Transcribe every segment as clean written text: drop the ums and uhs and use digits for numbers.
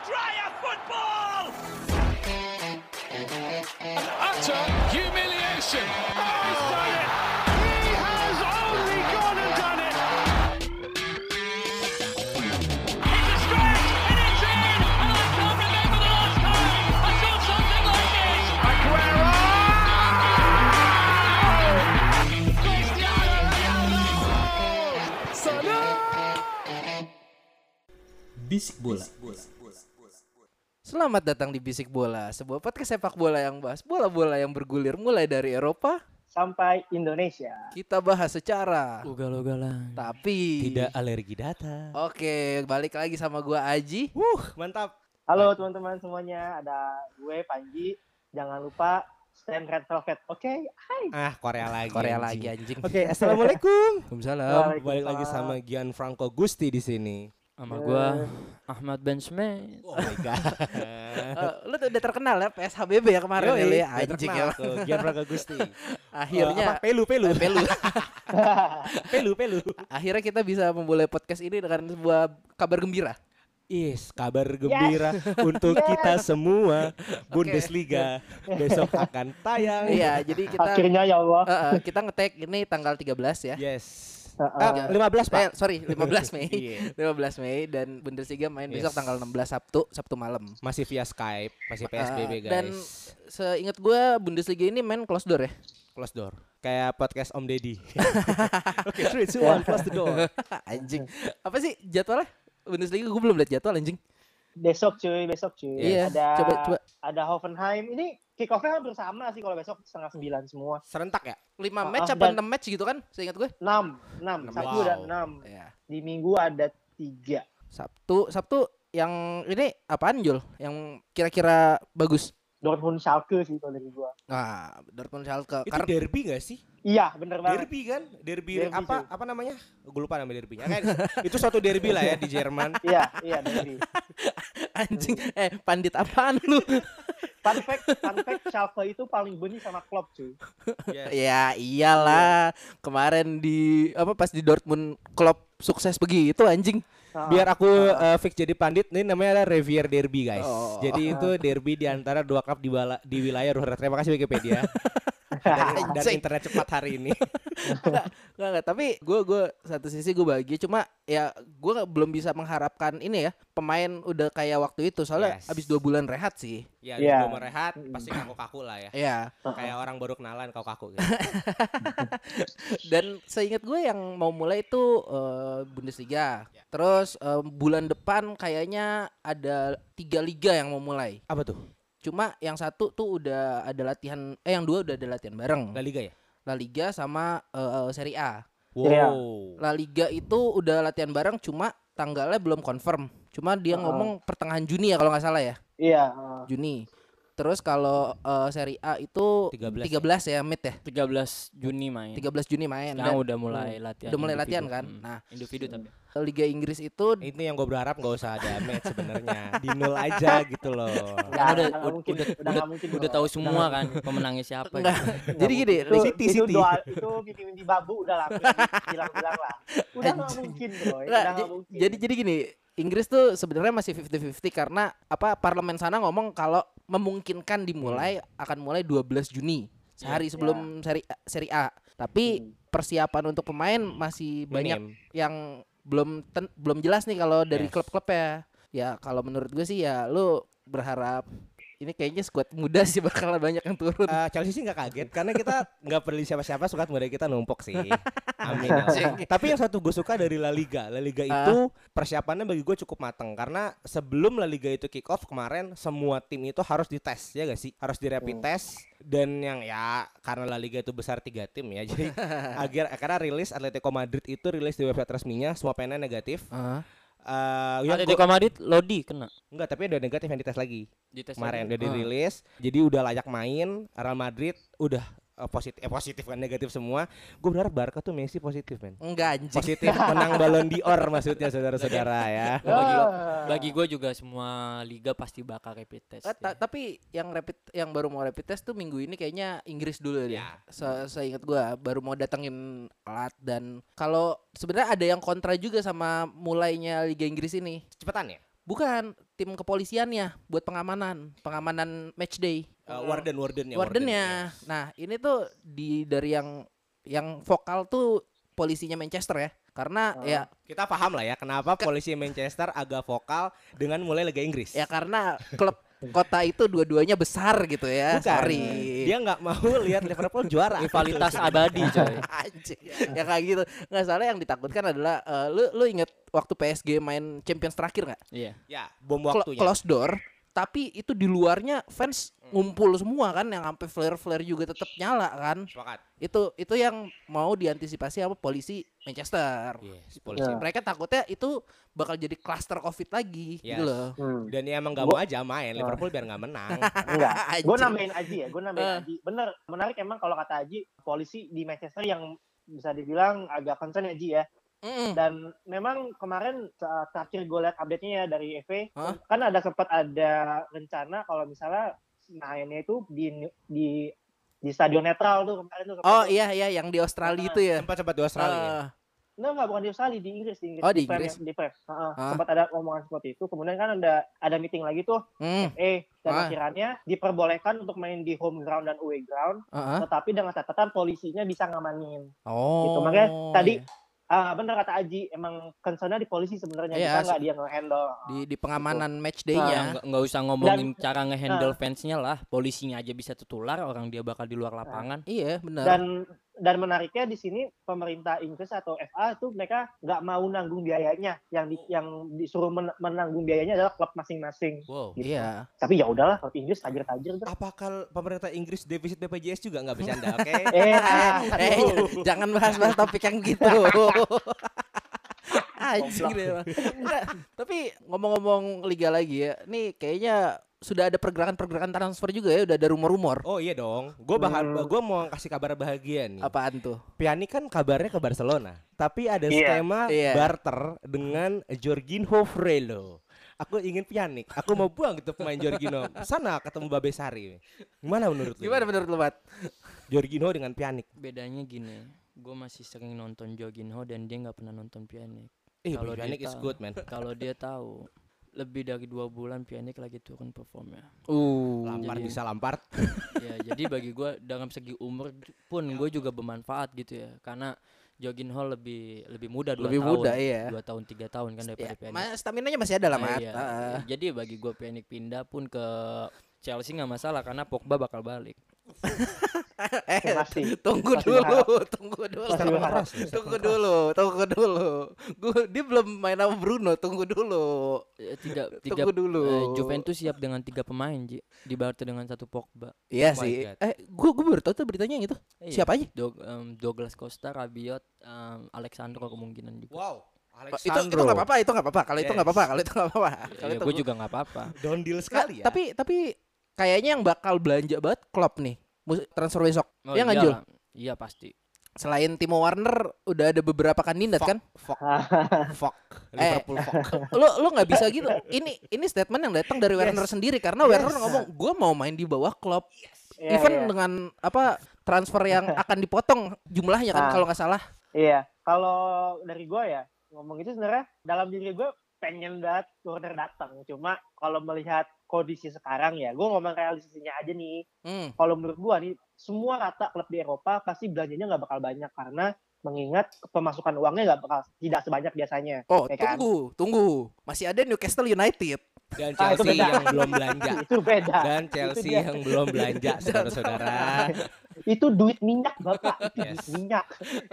Betrayer football! Utter humiliation. Oh, he's done it! He has only gone and done it! It's a stretch, and it's in! And I can't remember the last time I saw something like this! Aguero! Cristiano Ronaldo! Salah! Bisik Bola. Selamat datang di Bisik Bola, sebuah podcast sepak bola yang bahas bola-bola yang bergulir mulai dari Eropa sampai Indonesia. kita bahas secara Ugal-ugalan. tapi Tidak alergi data. Oke, balik lagi sama gua Aji. Mantap. Halo teman-teman semuanya, ada gue Panji. Jangan lupa stand Red Velvet. Oke, hai. Korea lagi. Korea anjing. lagi anjing. Oke, assalamualaikum. Waalaikumsalam. Balik lagi sama Gianfranco Gusti di sini. Sama gua Ahmad Ben Smith. Oh my god. Lu tuh udah terkenal ya PSHBB ya kemarin ya, lu ya anjing ya. Gianfranco Gusti. Akhirnya Pelu. Pelu. akhirnya kita bisa memulai podcast ini dengan sebuah kabar gembira. Kabar gembira untuk kita semua. Bundesliga besok akan tayang. Iya, jadi kita Akhirnya ya Allah. kita nge-tag ini tanggal 13 ya. Yes. 15 Pak. Sorry, 15 Mei. Iya. 15 Mei dan Bundesliga main besok Yes. tanggal 16 Sabtu malam. Masih via Skype, masih PSBB guys. Dan seingat gue Bundesliga ini main close door ya. Close door. Kayak podcast Om Deddy. Oke, 3, 2, 1, close the door. Anjing. Apa sih jadwalnya? Bundesliga gue belum lihat jadwal anjing. Besok cuy. Iya, coba. Ada Hoffenheim. Ini kick off-nya hampir sama sih kalau besok 8:30 semua. Serentak ya? 5 match apa dan- 6 match gitu kan? Seingat gue. 6. Sabtu Wow. dan 6. Ya. Di Minggu ada 3. Sabtu yang ini apaan Jul? Yang kira-kira bagus? Dortmund Schalke sih kalau dari gua. Nah, Dortmund Schalke. Itu derby gak sih? Iya, bener banget. Derby kan? Derby Derby, apa cuy. apa namanya? Gue lupa nama derbynya. Itu suatu derby lah ya di Jerman. Iya, dari. Anjing. Pandit apaan lu? Fun fact, Schalke itu paling benci sama Klopp cuy. Yes. Ya iyalah. Kemarin pas di Dortmund Klopp sukses begitu anjing. Biar aku fix jadi pandit, ini namanya adalah Revier Derby guys. Oh. Jadi itu derby di antara dua klub di wilayah Ruhr. Terima kasih Wikipedia. dan Anjing. internet cepat hari ini. Enggak, tapi gue satu sisi gue bahagia, cuma ya gue belum bisa mengharapkan ini ya pemain udah kayak waktu itu soalnya Yes. abis 2 bulan rehat sih. Ya, Iya. belum rehat, pasti kaku-kaku lah ya. Iya. Kayak orang baru kenalan kaku-kaku gitu. Dan seingat gue yang mau mulai itu Bundesliga. Terus bulan depan kayaknya ada 3 liga yang mau mulai. Apa tuh? Cuma yang satu tuh udah ada latihan, yang dua udah ada latihan bareng. La Liga ya? La Liga sama Serie A. Wow. La Liga itu udah latihan bareng, cuma tanggalnya belum confirm. Cuma dia ngomong pertengahan Juni ya kalau nggak salah ya. Iya. Juni. Terus kalau Serie A itu 13 ya mid ya. 13 Juni main. 13 Juni main. Sekarang Dan udah mulai latihan. udah mulai individu. latihan kan? Nah. Individu tapi. Liga Inggris itu Ini yang gue berharap gak usah ada match sebenarnya. Di nol aja gitu loh. Nggak mungkin. Udah mungkin. Udah tahu semua kan pemenangnya siapa. enggak. gitu. Jadi gini, Itu doa, itu mimpi babu udah lah. Bilang lah. Udah nggak mungkin bro. Nggak, Udah nggak mungkin. jadi gini, Inggris tuh sebenarnya masih 50-50 karena parlemen sana ngomong kalau memungkinkan dimulai akan mulai 12 Juni. Sehari sebelum Serie A. Tapi persiapan untuk pemain masih banyak Minim. yang belum jelas nih kalau dari Yes. klub-klub ya. Ya kalau menurut gue sih ya lu berharap ini kayaknya skuad muda sih bakalan banyak yang turun. Chelsea sih nggak kaget karena kita nggak perlu siapa-siapa, skuad muda kita numpuk sih. Amin. Ya Allah. Tapi yang satu gue suka dari La Liga itu persiapannya bagi gue cukup mateng karena sebelum La Liga itu kick off kemarin semua tim itu harus dites ya gak sih, harus di rapid test dan yang ya karena La Liga itu besar 3 tim ya jadi karena rilis Atletico Madrid itu rilis di website resminya semua pemainnya negatif. Atletico Madrid Lodi kena. Enggak, tapi udah negatif yang dites lagi. Dites Kemarin lagi. udah dirilis, jadi udah layak main. Real Madrid udah positif kan, negatif semua. Gue berharap Barca tuh Messi positif men. Enggak anjing. Positif menang Ballon d'Or maksudnya saudara-saudara ya. Bagi gue juga semua liga pasti bakal rapid test. Tapi yang baru mau rapid test tuh minggu ini kayaknya Inggris dulu deh. Ya. Seingat gua baru mau datengin alat dan kalau sebenarnya ada yang kontra juga sama mulainya Liga Inggris ini. Cepetan ya? Bukan, tim kepolisiannya buat pengamanan match day. Wardennya. Nah, ini tuh dari yang vokal tuh polisinya Manchester ya. Karena ya Kita paham lah ya kenapa polisi Manchester agak vokal dengan mulai Liga Inggris. ya karena klub kota itu dua-duanya besar gitu ya. Bukan. Sorry. Dia nggak mau lihat Liverpool juara. Rivalitas abadi coy. Anjing. Ya kayak gitu. Nggak salah, yang ditakutkan adalah lu inget waktu PSG main Champions terakhir nggak? Iya. Ya, bom waktunya. Close door. Tapi itu di luarnya fans ngumpul semua kan, yang sampai flare-flare juga tetap nyala kan. Sepakat. Itu yang mau diantisipasi apa polisi Manchester. Yes, polisi. Ya. Mereka takutnya itu bakal jadi cluster Covid lagi Yes. gitu loh. Dan dia emang gak mau aja main Liverpool biar nggak menang. Enggak. Gue Anjing. nambahin Aji ya. Bener. Menarik emang kalau kata Aji, polisi di Manchester yang bisa dibilang agak concern ya Aji ya. Dan memang kemarin terakhir gue lihat update-nya ya dari FA, kan sempat ada rencana kalau misalnya mainnya itu di stadion netral tuh kemarin tuh. Oh iya yang di Australia itu ya. Sempat di Australia. Enggak, bukan di Australia, di Inggris. Oh, di Inggris. Di Prem. Sempat ada omongan seperti itu. Kemudian kan ada meeting lagi tuh FA, dan akhirnya diperbolehkan untuk main di home ground dan away ground, tetapi dengan catatan polisinya bisa ngamanin. Gitu. Makanya tadi bener kata Aji, emang concernnya di polisi sebenarnya, bisa nggak dia nge-handle di pengamanan match Ya day-nya. nggak usah ngomongin cara ngehandle fansnya lah. Polisinya aja bisa tertular, orang dia bakal di luar lapangan. Iya benar. Dan menariknya di sini pemerintah Inggris atau FA itu mereka nggak mau nanggung biayanya, yang disuruh menanggung biayanya adalah klub masing-masing. Wow. Gitu. Iya. Tapi ya udahlah, klub Inggris tajir-tajir tuh. Apakah pemerintah Inggris defisit BPJS juga nggak bercanda, oke? Jangan bahas topik yang gitu. Anjing deh, Bang. Enggak, tapi ngomong-ngomong liga lagi ya. Nih kayaknya sudah ada pergerakan transfer juga ya, udah ada rumor-rumor. Oh iya dong. Gue mau kasih kabar bahagia nih. Apaan tuh? Pjanic kan kabarnya ke Barcelona, tapi ada skema barter dengan Jorginho Frelo. Aku ingin Pjanic, aku mau buang gitu pemain Jorginho. Sana ketemu Babe Sari. Gimana menurut lu? Gimana menurut lu, Bat? Jorginho dengan Pjanic. Bedanya gini, gue masih sering nonton Jorginho dan dia nggak pernah nonton Pjanic. Kalau Pjanic is good man. Kalau dia tahu lebih dari 2 bulan Pjanic lagi turun performnya. Lampard bisa Lampard. Ya jadi bagi gue dalam segi umur pun gue juga bermanfaat gitu ya, karena Jorginho lebih muda 2 Lebih tahun. muda, iya. 2 tahun 3 tahun kan daripada Pjanic. Staminanya masih ada lah, Mat. Iya. Jadi bagi gue Pjanic pindah pun ke Chelsea nggak masalah karena Pogba bakal balik. Tunggu dulu. Dia belum main sama Bruno, tunggu dulu. Tunggu dulu. Juventus siap dengan 3 pemain, Ji. Dibarter dengan 1 Pogba. Iya Oh my sih. God. Gue baru tahu tuh beritanya yang itu. Iya. Siapa aja? Douglas Costa, Rabiot, Alexandro kemungkinan juga. Wow. Itu nggak apa-apa, Kalau itu nggak apa-apa. Ya, gue juga nggak apa-apa. Down deal sekali ya. Tapi kayaknya yang bakal belanja banget Klopp nih. Transfer besok. Ya nggak, Jul? Iya pasti. Selain Timo Werner udah ada beberapa kandidat kan? Fuck. Liverpool fuck. Lu nggak bisa gitu. Ini statement yang datang dari Werner sendiri, karena Werner ngomong gue mau main di bawah Klopp. Even dengan transfer yang akan dipotong jumlahnya kan kalau nggak salah. Iya, kalau dari gue ya ngomong itu sebenarnya dalam diri gue pengen banget Werner datang. Cuma kalau melihat kondisi sekarang ya, gue ngomong realisasinya aja nih. Kalau menurut gue nih, semua rata klub di Eropa pasti belanjanya nggak bakal banyak karena mengingat pemasukan uangnya tidak sebanyak biasanya. Oh, ya kan? tunggu. Masih ada Newcastle United. Dan Chelsea yang belum belanja. Itu beda. Dan Chelsea yang belum belanja, saudara-saudara. Itu duit minyak, Bapak. Itu Yes. duit minyak.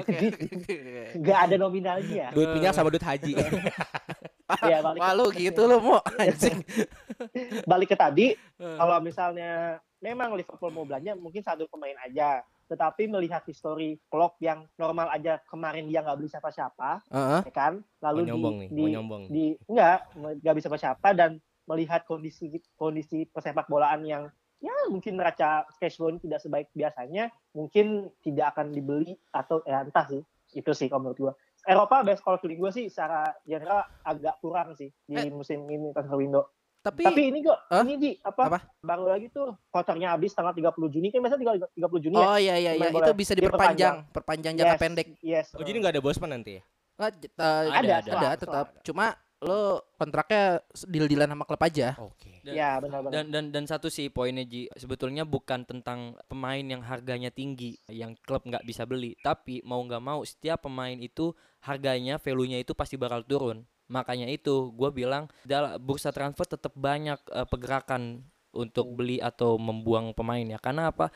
Nggak ada nominalnya. Duit minyak sama duit haji. Ya, balik Malu gitu lo mau anjing. balik ke tadi, kalau misalnya memang Liverpool mau belanja mungkin 1 pemain aja, tetapi melihat histori Klopp yang normal aja kemarin dia nggak beli siapa-siapa, ya kan, lalu Mau nyombong. nggak bisa siapa-siapa, dan melihat kondisi persepak bolaan yang ya mungkin neraca cash flow tidak sebaik biasanya, mungkin tidak akan dibeli atau entah sih, itu sih kalau menurut gua. Eropa best kalau feeling gue sih secara general agak kurang sih di musim ini transfer window. Tapi ini kok ini apa? Baru lagi tuh kotornya habis tanggal 30 Juni, kan biasanya 30 Juni ya. Oh iya itu bisa perpanjang jangka pendek. Yes. Oh jadi nggak ada Bosman nanti ya? Ada tetap. Cuma lo kontraknya deal-dealan sama klub aja. Oke. Ya benar-benar. Dan satu sih poinnya Ji, sebetulnya bukan tentang pemain yang harganya tinggi yang klub nggak bisa beli, tapi mau nggak mau setiap pemain itu harganya, value-nya itu pasti bakal turun. Makanya itu gue bilang bursa transfer tetap banyak pergerakan untuk beli atau membuang pemain ya. Karena apa?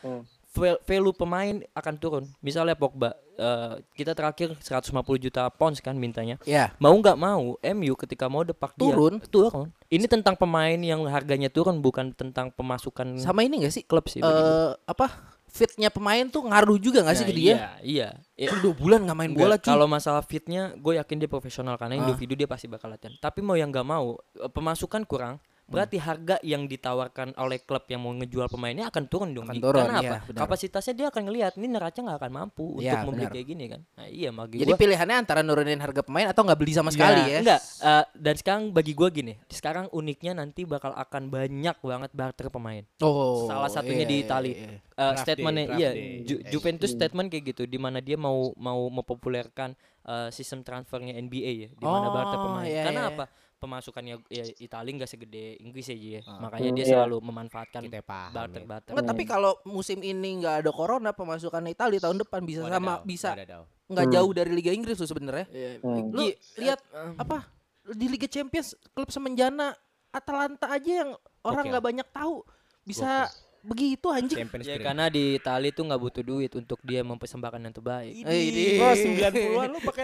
Value pemain akan turun. Misalnya Pogba, kita terakhir 150 juta pounds kan mintanya. Ya. Mau nggak mau, MU ketika mau depak Turun. dia turun. Ini tentang pemain yang harganya turun, bukan tentang pemasukan Sama ini gak sih? klub sih. bagi gue. Apa? Fitnya pemain tuh ngaruh juga gak sih Nah, ke dia? Iya. Kan 2 bulan gak main bola cuy. Kalau masalah fitnya, gue yakin dia profesional karena individu dia pasti bakal latihan. Tapi mau yang nggak mau, pemasukan kurang. Berarti harga yang ditawarkan oleh klub yang mau ngejual pemainnya akan turun dong. Akan turun, Karena iya, apa? benar. Kapasitasnya dia akan ngelihat ini neraca nggak akan mampu Iya, untuk membeli benar. kayak gini kan. Nah, iya bagi Jadi gua. pilihannya antara nurunin harga pemain atau nggak beli sama sekali ya. Enggak. Dan sekarang bagi gue gini. Sekarang uniknya nanti bakal akan banyak banget barter pemain. Oh. Salah satunya di Itali. Draft Statementnya day, iya draft day. Juventus statement kayak gitu, di mana dia mau mempopulerkan sistem transfernya NBA ya, di mana barter pemain. iya, Karena iya. apa? Pemasukannya ya Italia nggak segede Inggris aja ya. Makanya dia Iya. selalu memanfaatkan Kita paham, barter. Enggak, tapi kalau musim ini nggak ada corona, pemasukan Italia tahun depan bisa bisa nggak jauh dari Liga Inggris tuh sebenarnya. Lu lihat apa di Liga Champions klub semenjana Atalanta aja yang orang Gokil. nggak banyak tahu bisa begitu anjing. Champions Ya League. karena di Italia tuh nggak butuh duit untuk dia mempersembahkan yang terbaik. Bro, 90-an lu pakai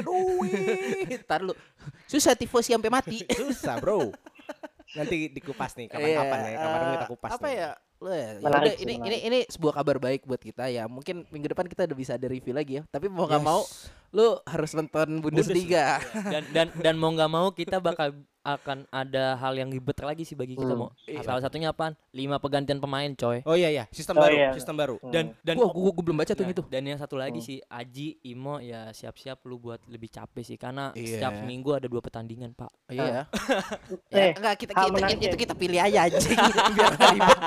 duit. Ntar lu susah tifosi sampai mati. Susah, Bro. Nanti dikupas nih kapan-kapan ya. Kapan kita kupas. Apa nih. ya? Menarik Udah, sih, ini menarik. ini sebuah kabar baik buat kita ya. Mungkin minggu depan kita udah bisa ada review lagi ya. Tapi mau nggak Yes. mau lu harus nonton Bundesliga. Dan mau nggak mau kita bakal akan ada hal yang ribet lagi sih bagi kita mau. Salah satunya apaan? 5 pergantian pemain coy. Oh iya, sistem Oh, baru, iya. sistem baru. Dan Gua belum baca tuh Nah, itu. dan yang satu lagi sih Aji, Imo ya siap-siap lu buat lebih capek sih karena Iya. setiap minggu ada 2 pertandingan, Pak. Iya. Eh, Enggak hal menarik itu ya. kita pilih aja anjing biar nggak ribet.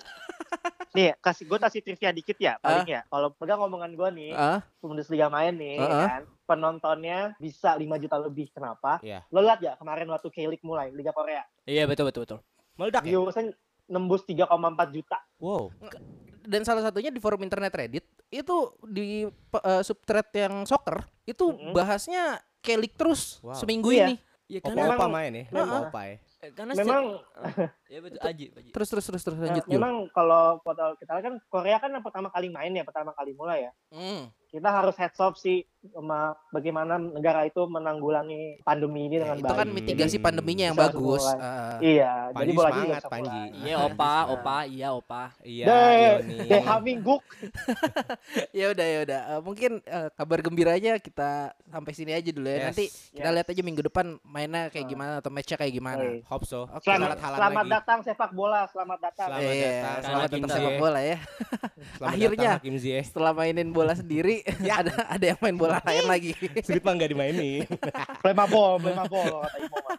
Nih, kasih trivia dikit ya paling ya. Kalau pegang omongan gue nih, Bundesliga main nih kan, penontonnya bisa 5 juta lebih. Kenapa? Iya. Lo lihat ya kemarin waktu K-League mulai Liga Korea, Iya betul. Meledak ya? viewersnya nembus 3,4 juta. Wow. Dan salah satunya di forum internet Reddit itu di subthread yang soccer itu bahasnya K-League terus Wow. seminggu Iya. ini. Ya Memang- Opa main ya? memang- Opa ya? karena Memang ya betul Aji. Terus lanjut Jul. memang kalau kita lihat kan Korea kan yang pertama kali main ya, pertama kali mulai ya. Kita harus heads off sih sama bagaimana negara itu menanggulangi pandemi ini dengan Itu baik. kan mitigasi pandeminya yang Bisa bagus. mulai. Iya, Panji jadi bola juga semangat, bisa Panji. mulai. Iya opa, opa. Iya, Yoni. Deh, Haminguk. Ya udah. Mungkin kabar gembiranya kita sampai sini aja dulu ya. Yes. Nanti kita Yes. lihat aja minggu depan mainnya kayak gimana atau matchnya kayak gimana. Oke. Hope so. Oke. Selamat, Halan selamat lagi. datang sepak bola, selamat datang. Selamat Iya, datang. selamat datang Hakim sepak Ziyech. bola ya. Selamat Akhirnya. datang, Hakim Ziyech. Setelah mainin bola sendiri, ada yang main bola lain lagi. Sweet mah nggak dimainin. Plemabol kata Imo mah.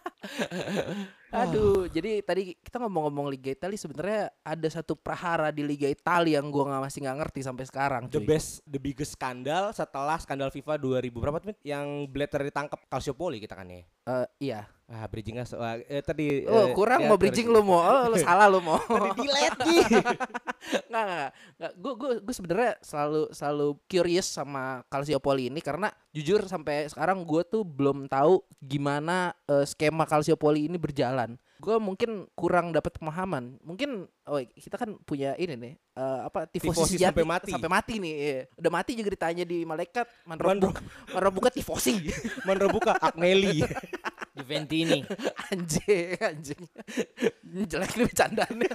Aduh, jadi tadi kita ngomong-ngomong Liga Italia sebenarnya ada satu prahara di Liga Italia yang gua masih nggak ngerti sampai sekarang. The cuy. biggest skandal setelah skandal FIFA 2000 berapa tuh? Mit? Yang Blatter ditangkap Calciopoli kita kan ya. Iya. Bridgingnya tadi Kurang ya, mau bridging lu mau. Lu salah lu mau. Tadi delete Nggak. Gue sebenarnya selalu curious sama Calciopoli ini karena jujur sampai sekarang gue tuh belum tahu gimana skema Calciopoli ini berjalan. Gue mungkin kurang dapat pemahaman. Mungkin kita kan punya ini nih tifosi sejati sampai mati nih. Iya. Udah mati juga ditanya di malaikat Manrobuka tifosi. Manrobuka Agnelli. Juventini. anjing. Jelek nih bercandanya.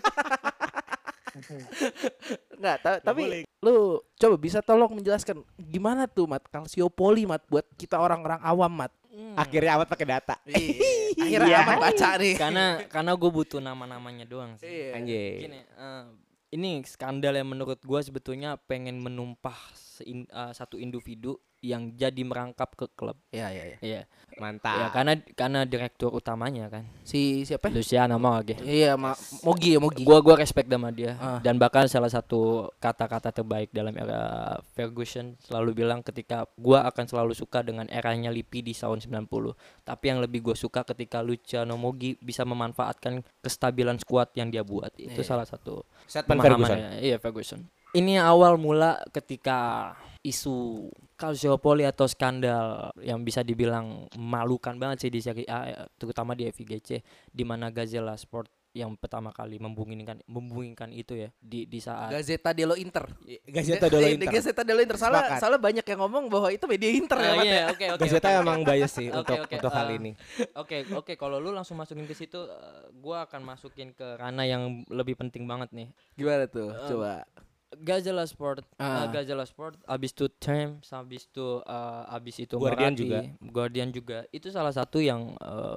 Nggak, tapi boleh. lu coba bisa tolong menjelaskan gimana tuh Mat Calciopoli Mat buat kita orang-orang awam Mat. Akhirnya amat pakai data. Akhirnya Iya. amat baca nih. karena gue butuh nama-namanya doang sih. Iya. Anjay. Gini, ini skandal yang menurut gue sebetulnya pengen menumpah satu individu yang jadi merangkap ke klub. Iya. Iya. Mantap. Ya karena direktur utamanya kan. Si siapa? Luciano Moggi. Iya, Mogi. Gua respect sama dia Ah. dan bahkan salah satu kata-kata terbaik dalam era Ferguson selalu bilang ketika gua akan selalu suka dengan eranya Lippi di tahun 90. Tapi yang lebih gua suka ketika Luciano Moggi bisa memanfaatkan kestabilan skuad yang dia buat. Itu salah satu Statement pemahaman Ferguson. Iya, Ferguson. Ini awal mula ketika isu Calciopoli atau skandal yang bisa dibilang memalukan banget sih di Serie A, terutama di FIGC, di mana Gazzetta Sport yang pertama kali membungingkan itu ya di saat Gazzetta dello Inter. Gazzetta dello Inter. Gazzetta dello Inter. Sepakat. Salah banyak yang ngomong bahwa itu media Inter ya, Mat, ya. oke. Gazzetta emang bias sih Oke, untuk hal ini. Oke, kalau lu langsung masukin ke situ, gua akan masukin ke ranah yang lebih penting banget nih. Gimana tuh? Coba. Gazzetta Sport, abis itu Times, abis itu Guardian Marathi, Guardian juga. Itu salah satu yang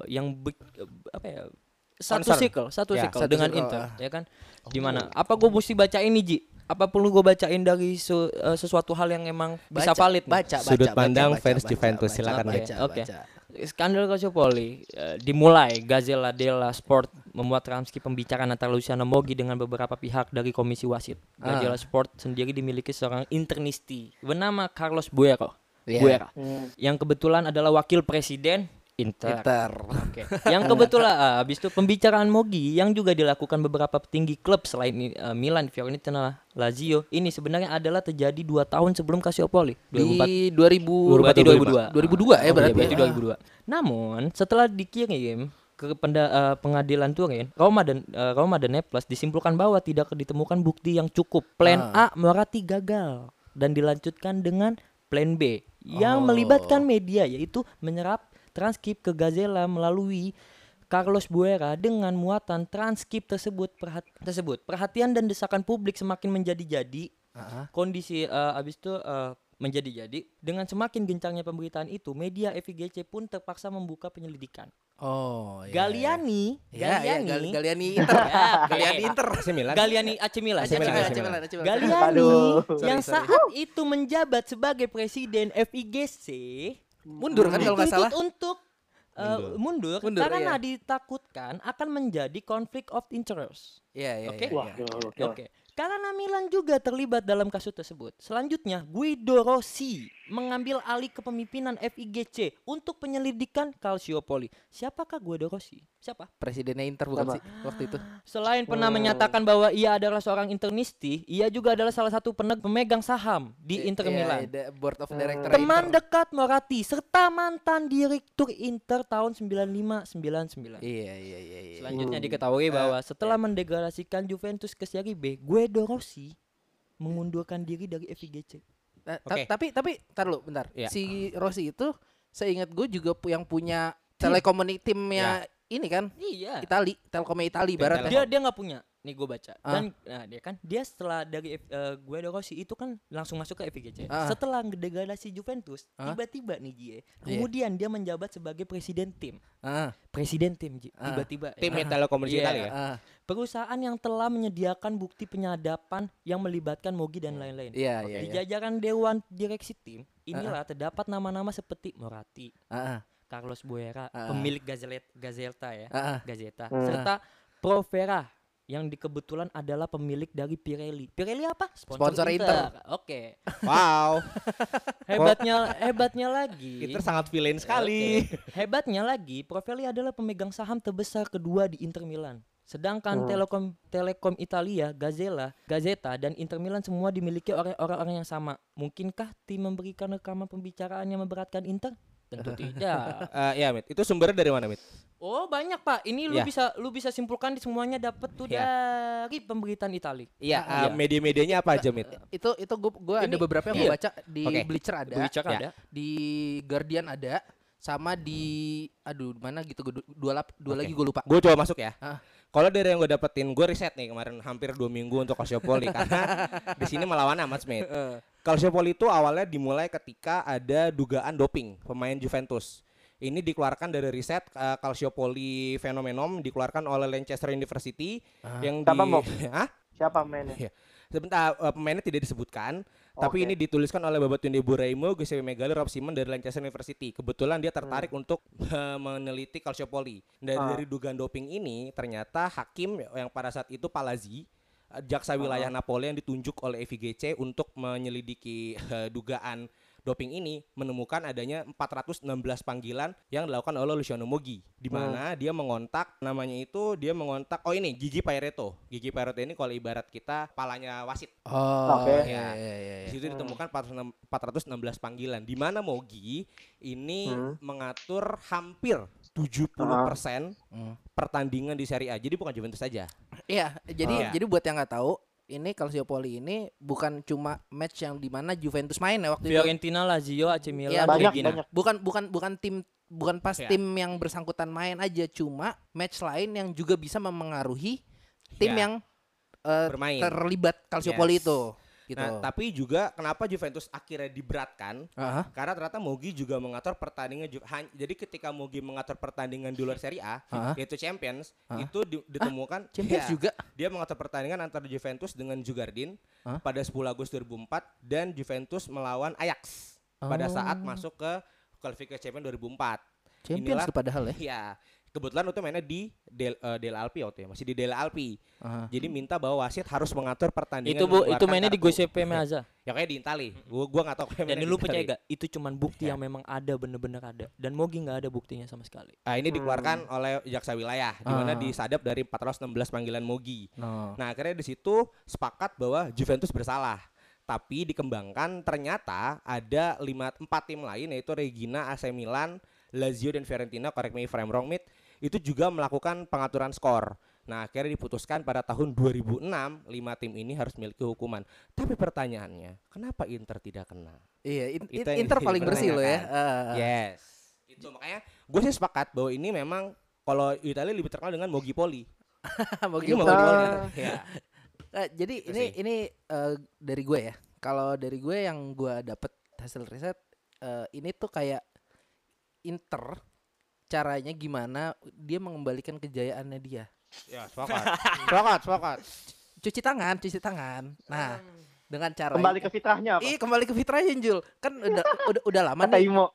apa ya? Satu Concern. circle satu dengan circle, Inter, ya kan? Dimana? Apa gue mesti baca ini, Ji? Apa perlu gue bacain dari sesuatu hal yang emang bisa valid? nih? Sudut pandang fans Juventus, silakan, Oke, Ge. oke. Skandal Calciopoli dimulai Gazzetta dello Sport membuat transkrip pembicaraan antara Luciano Moggi dengan beberapa pihak dari komisi wasit. Gazzetta Sport sendiri dimiliki seorang internisti bernama Carlos Buero. Iya. Yang kebetulan adalah wakil presiden Inter. Oke. Yang kebetulan habis itu pembicaraan Moggi yang juga dilakukan beberapa petinggi klub selain Milan, Fiorentina, Lazio ini sebenarnya adalah terjadi 2 tahun sebelum Calciopoli. Di 2002. 2002 ya berarti. Berarti 2002. Namun setelah dikirim ke pengadilan Turin, Roma dan Naples disimpulkan bahwa tidak ditemukan bukti yang cukup. Plan A Moratti gagal dan dilanjutkan dengan Plan B yang melibatkan media, yaitu menyerap transkrip ke Gazzetta melalui Carlos Buera dengan muatan transkrip tersebut. Perhatian dan desakan publik semakin menjadi-jadi. Kondisi abis itu menjadi-jadi. Dengan semakin gencarnya pemberitaan itu, media FIGC pun terpaksa membuka penyelidikan. Oh, iya. Galliani Inter. Galliani Inter. AC Milan. Galliani AC Milan. Galliani Aduh. yang saat itu menjabat sebagai presiden FIGC Mundur kan kalau nggak salah. dituntut untuk mundur karena iya. ditakutkan akan menjadi konflik of interest. Iya. Oke. Wah, Oke. Karena Milan juga terlibat dalam kasus tersebut. Selanjutnya, Guido Rossi mengambil alih kepemimpinan FIGC untuk penyelidikan Calciopoli. Siapakah Guido Rossi? Siapa? Presidennya Inter bukan sih waktu itu. Selain pernah menyatakan bahwa ia adalah seorang internisti, ia juga adalah salah satu pemegang saham di Inter Milan. Board of Director Teman Inter. dekat Moratti serta mantan direktur Inter tahun 95-99. Iya. Selanjutnya diketahui bahwa setelah mendegradasikan Juventus ke Serie B, Guido Rossi mengundurkan diri dari FIGC. Oke. Tapi tar lu bentar. Iya. Si Rossi itu seingat gue juga yang punya timnya ini kan Iya. Telkomnya Itali barat. Dia nggak punya. Nih gue baca. Ah. Dan dia setelah dari Guido Rossi itu kan langsung masuk ke FIGC. Ah. Setelah degradasi Juventus, tiba-tiba nih Ji. Kemudian dia menjabat sebagai presiden tim. Presiden tim Ji. Tiba-tiba. Tim telekomunikasi Iya. Italia ya. Perusahaan yang telah menyediakan bukti penyadapan yang melibatkan Moggi dan lain-lain. Iya. Di jajaran dewan direksi tim, inilah terdapat nama-nama seperti Moratti, Carlos Buera, pemilik Gazzetta ya, Gazzetta, serta Provera yang kebetulan adalah pemilik dari Pirelli. Pirelli apa? Sponsor Inter. Oke. Wow. Hebatnya lagi. Inter sangat villain sekali. Oke. Hebatnya lagi, Provera adalah pemegang saham terbesar kedua di Inter Milan. Sedangkan Telekom Italia, Gazzetta dan Inter Milan semua dimiliki oleh orang-orang yang sama. Mungkinkah tim memberikan rekaman pembicaraan yang memberatkan Inter? Tentu tidak. Ya, Mit. Itu sumbernya dari mana, Mit? Oh, banyak, Pak. Ini lu bisa simpulkan di semuanya dapat tuh dari pemberitaan Itali. Iya, media-medianya apa aja, Mit? Itu gue ada beberapa yang gue baca di Bleacher ada, ada. di Guardian ada, sama di mana gitu dua lagi gue lupa. Gue coba masuk ya. Ah. Kalau dari yang gue dapetin, gue riset nih kemarin hampir 2 minggu untuk Calciopoli karena di sini melawan amat Smith. Calciopoli itu awalnya dimulai ketika ada dugaan doping pemain Juventus. Ini dikeluarkan dari riset Calciopoli Phenomenon dikeluarkan oleh Lancaster University yang Siapa, Mo? Hah? Siapa mainnya? Iya. Sebentar, pemainnya tidak disebutkan, Tapi Oke. ini dituliskan oleh Babatunde Buraimo, Giuseppe Megali, Rob Simon dari Lancaster University. Kebetulan dia tertarik untuk meneliti Calciopoli. Dari dugaan doping ini ternyata hakim yang pada saat itu Palazzi, jaksa wilayah Napoli yang ditunjuk oleh FIGC untuk menyelidiki dugaan doping ini menemukan adanya 416 panggilan yang dilakukan oleh Luciano Moggi, di mana dia mengontak Gigi Pairetto. Gigi Pairetto ini kalau ibarat kita kepalanya wasit. Oh, Oke. iya. Di situ ditemukan 416 panggilan, di mana Moggi ini mengatur hampir 70% pertandingan di Serie A. Jadi bukan Juventus saja. Iya, jadi buat yang nggak tahu, ini Calciopoli ini bukan cuma match yang dimana Juventus main ya waktu itu. Fiorentina, Lazio, AC Milan, Iya, Regina. Bukan pas tim yang bersangkutan main aja, cuma match lain yang juga bisa memengaruhi tim Ya. yang Bermain. terlibat Calciopoli Yes. itu. Gitu. Nah, tapi juga kenapa Juventus akhirnya diberatkan? Aha. Karena ternyata Moggi juga mengatur pertandingan. Jadi ketika Moggi mengatur pertandingan di luar Serie A, yaitu Champions, itu ditemukan Champions juga? Dia mengatur pertandingan antara Juventus dengan Jugardin pada 10 Agustus 2004 dan Juventus melawan Ajax pada saat masuk ke kualifikasi Champions 2004. Champions tuh padahal ya. Iya. Kebetulan itu mainnya di Delle Alpi waktu ya, masih di Delle Alpi. Aha. Jadi minta bahwa wasit harus mengatur pertandingan. Itu Bu, itu mengeluarkan mainnya di kartu. Giuseppe Meazza. Ya kayak di Itali. Gua enggak tahu kayak Dan mainnya lu di percaya Itali. gak? Itu cuman bukti yang memang ada, bener-bener ada. Dan Moggi nggak ada buktinya sama sekali. Nah, ini dikeluarkan oleh jaksa wilayah di mana disadap dari 416 panggilan Moggi. No. Nah, akhirnya di situ sepakat bahwa Juventus bersalah. Tapi dikembangkan ternyata ada 4 tim lain yaitu Regina, AC Milan, Lazio dan Fiorentina, correct me if I'm wrong, itu juga melakukan pengaturan skor. Nah, akhirnya diputuskan pada tahun 2006 5 tim ini harus memiliki hukuman. Tapi pertanyaannya, kenapa Inter tidak kena? Iya, Itu yang Inter paling bersih loh ya. dipertanyakan. Yes. Itu makanya gue sih sepakat bahwa ini memang kalau Italia lebih terkenal dengan Mogipoli. Moggi Ini Poli. Mogipoli. Ya. Jadi Itu ini dari gue ya. Kalau dari gue yang gue dapet hasil riset, ini tuh kayak Inter caranya gimana dia mengembalikan kejayaannya dia. Ya, sepakat. Sepakat. Cuci tangan. Nah, dengan cara Kembali ke fitrahnya apa? Iya, kembali ke fitrahnya Jul. Kan udah lama Kata nih. Imo.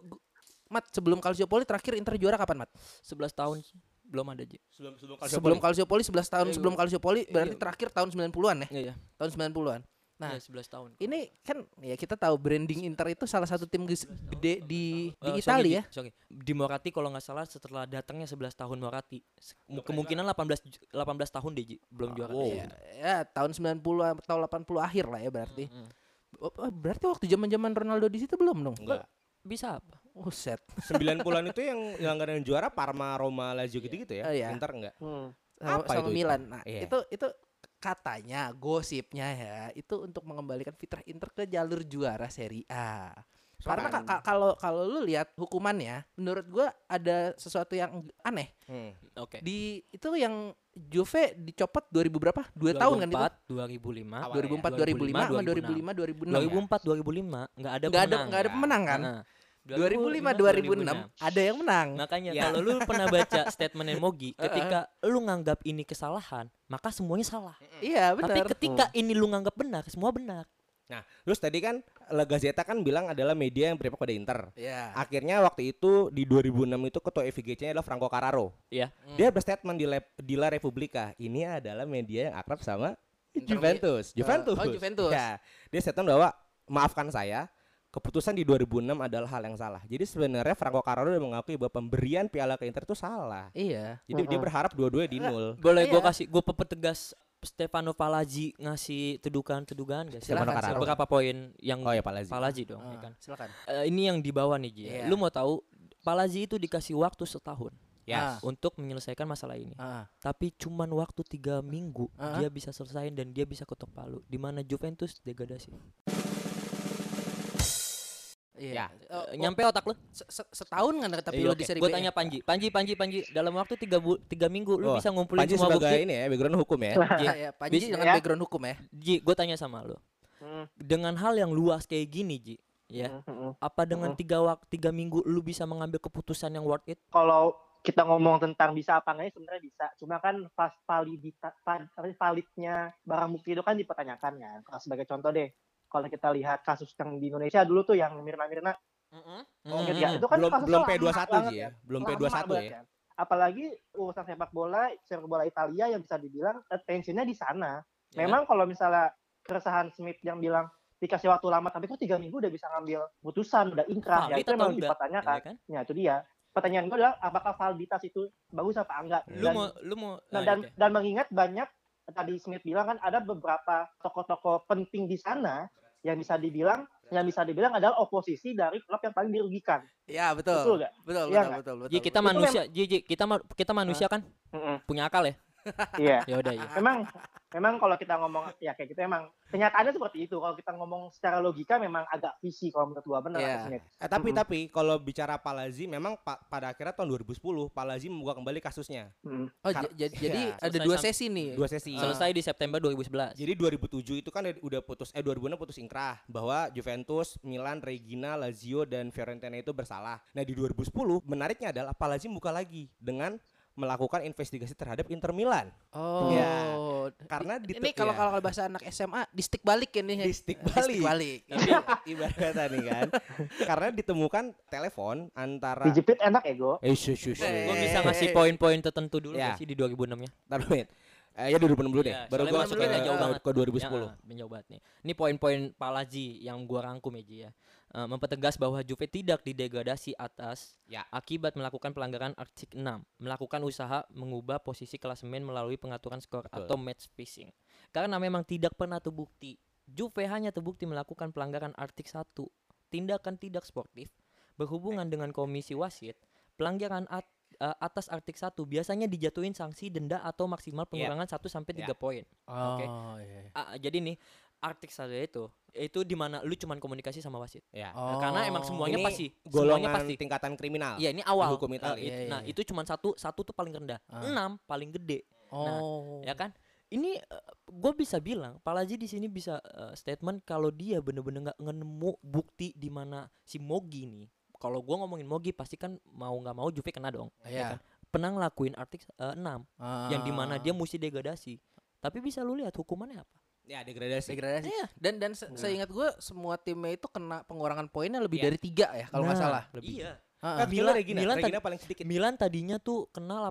Mat, sebelum Calciopoli terakhir Inter juara kapan, Mat? 11 tahun belum ada, Ji. Sebelum Sebelum Calciopoli 11 tahun Iya, sebelum Calciopoli berarti iya. terakhir tahun 90-an ya? Iya, Tahun 90-an. Nah, iya, 11 tahun. ini kan ya kita tahu branding Inter itu salah satu tim gede di Sorry, Italia ya. Ji, sorry. Di Moratti kalau nggak salah setelah datangnya 11 tahun Moratti. Kemungkinan 18 tahun deh, Ji, belum juara. Ya, tahun 90 atau 80 akhir lah ya berarti. Berarti waktu zaman-zaman Ronaldo di situ belum dong? Enggak. Bisa apa? Set. 90-an itu yang nggak ada yang juara Parma, Roma, Lazio gitu-gitu ya. Iya. Inter enggak. Sama, Apa sama itu? Milan. Nah, Iya. itu katanya gosipnya ya, itu untuk mengembalikan fitrah Inter ke jalur juara Serie A. Karena kalau lu lihat hukumannya, menurut gua ada sesuatu yang aneh. Oke. Di itu yang Juve dicopot 2000 berapa? 2 tahun kan itu? 2005. 2004 2005 sama 2005 2006. 2004 2005 nggak ada Nggak ada pemenang kan? Heeh. 2005 2006 ada yang menang. Makanya Ya. kalau lu pernah baca statementnya Moggi, ketika lu nganggap ini kesalahan, maka semuanya salah. Iya, Tapi benar. ketika ini lu nganggap benar, semua benar. Nah, terus tadi kan La Gazzetta kan bilang adalah media yang berpihak pada Inter. Iya. Akhirnya waktu itu di 2006 itu ketua FIGC-nya adalah Franco Carraro. Iya. Dia berstatement di La Repubblica, ini adalah media yang akrab sama Juventus. Oh, Juventus. Ya, dia statement bahwa maafkan saya, keputusan di 2006 adalah hal yang salah. Jadi sebenarnya Franco Carraro udah mengakui bahwa pemberian piala ke Inter itu salah. Iya. Jadi dia berharap dua-duanya di nol. Boleh Iya. gue pertegas Stefano Palazzi ngasih tedukan-tedukan guys. Stefano Carraro. Beberapa poin yang Oh ya Palazzi. Palazzi dong, ya kan. Silakan. Ini yang di bawah nih, Ji. Iya. Lu mau tahu Palazzi itu dikasih waktu setahun Yes. untuk menyelesaikan masalah ini. Ah. Tapi cuman waktu 3 minggu Ah. dia bisa selesaiin dan dia bisa ketok palu. Di mana Juventus degradasi. Iya. Nyampe otak lu? Setahun kan tapi Iya, lu oke. di Serie Gua B. tanya Panji. Panji dalam waktu 3 minggu lu Oh, bisa ngumpulin Panji semua sebagai bukti. ini ya, background hukum ya. Ya, Panji Bis- dengan ya. background hukum ya. Ji, gue tanya sama lu. Dengan hal yang luas kayak gini, Ji, ya. Apa dengan 3 minggu lu bisa mengambil keputusan yang worth it? Kalau kita ngomong tentang bisa apa enggaknya sebenarnya bisa. Cuma kan pas validnya barang bukti itu kan dipertanyakan kan. Kalau sebagai contoh deh, kalau kita lihat kasus yang di Indonesia dulu tuh yang Mirna ingat ya? Itu kan belum kasusnya belum lama P21 banget sih ya. kan. Belum Lama P21 banget ya. kan. Apalagi urusan sepak bola Italia yang bisa dibilang attention-nya di sana. Ya. Memang kalau misalnya keresahan Smith yang bilang dikasih waktu lama, tapi kok 3 minggu udah bisa ngambil putusan, udah inkrah, ya Valid itu atau memang enggak? dipertanyakan. Ya kan? Ya itu dia. Pertanyaan gue adalah apakah validitas itu bagus apa enggak? Lu mau Nah, oke. dan mengingat banyak tadi Smith bilang kan ada beberapa tokoh-tokoh penting di sana yang bisa dibilang adalah oposisi dari klub yang paling dirugikan. Ya Betul betul. nggak? Betul, Iya betul, nggak? betul, betul. Ji, kita Itu manusia, Ji, kita manusia kan punya akal ya? Iya. Ya udah ya. Memang kalau kita ngomong ya kayak gitu emang kenyataannya seperti itu. Kalau kita ngomong secara logika memang agak visi kalau menurut gua benar Iya. kata Smith. Tapi kalau bicara Palazzi memang pada akhirnya tahun 2010 Palazzi membuka kembali kasusnya. Oh, jadi Ya, ada selesai 2 sam- sesi nih. 2 sesi. Selesai di September 2011. Jadi 2007 itu kan udah putus 2006 putus inkrah bahwa Juventus, Milan, Regina, Lazio dan Fiorentina itu bersalah. Nah, di 2010 menariknya adalah Palazzi buka lagi dengan melakukan investigasi terhadap Inter Milan. Oh. Ya, karena Ini kalau bahasa anak SMA di stick balik ya nih. Di stick Di balik. balik. Ibaratnya nih kan. Karena ditemukan telepon antara Dijepit enak ego. Gue bisa ngasih poin-poin tertentu dulu Ya. nggak sih di 2006-nya? Taruh wait. Ya 2006 dulu deh. Iya, Baru soalnya gua masuk masuk ke jauh banget. ke 2010. Ya, jauh banget nih. Ini poin-poin Palazzi yang gua rangkum ya, Ji, ya. Mempertegas bahwa Juve tidak didegradasi atas Ya. akibat melakukan pelanggaran artikel 6, melakukan usaha mengubah posisi klasemen melalui pengaturan skor Betul. atau match fixing. Karena memang tidak pernah terbukti. Juve hanya terbukti melakukan pelanggaran artikel 1, tindakan tidak sportif berhubungan dengan komisi wasit, pelanggaran atas artikel 1 biasanya dijatuhin sanksi denda atau maksimal pengurangan 1 sampai 3 poin. Oke. Oh, iya. Jadi nih artikel 1 itu di mana lu cuman komunikasi sama wasit. Ya. Oh. Karena emang semuanya Ini pasti. golongan Semuanya pasti. tingkatan kriminal. Iya, ini awal. Hukum Italia. Iya, Nah, iya. itu cuman satu tuh paling rendah. 6 paling gede. Oh. Ya kan? Ini gue bisa bilang Palazzi di sini bisa statement kalau dia bener-bener nggak nemu bukti di mana si Mogi nih. Kalau gue ngomongin Mogi pasti kan mau nggak mau Juve kena dong. Iya. Ya kan? Pernah ngelakuin artikel 6 yang dimana dia mesti degradasi. Tapi bisa lu lihat hukumannya apa? Ya, degradasi. degradasi. Iya. Dan seingat gue semua timnya itu kena pengurangan poinnya lebih Iya. dari 3 ya kalau nggak Nah, salah. Iya. Kan Milan- Regina Milan paling sedikit. Milan tadinya tuh kena